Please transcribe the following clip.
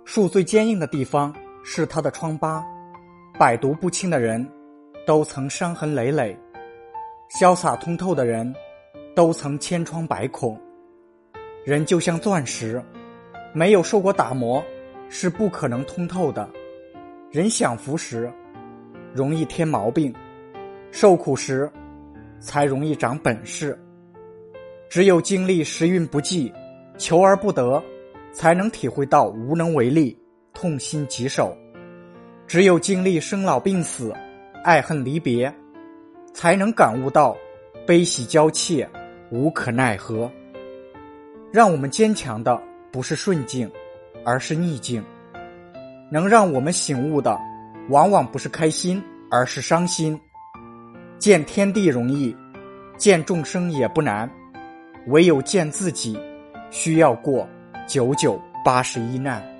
树最坚硬的地方是它的疮疤，百毒不侵的人都曾伤痕累累，潇洒通透的人都曾千疮百孔。人就像钻石，没有受过打磨是不可能通透的。人享福时容易添毛病，受苦时才容易长本事。只有经历时运不济，求而不得，才能体会到无能为力，痛心疾首。只有经历生老病死，爱恨离别，才能感悟到悲喜交切，无可奈何。让我们坚强的不是顺境，而是逆境。能让我们醒悟的往往不是开心，而是伤心。见天地容易，见众生也不难，唯有见自己，需要过9981难。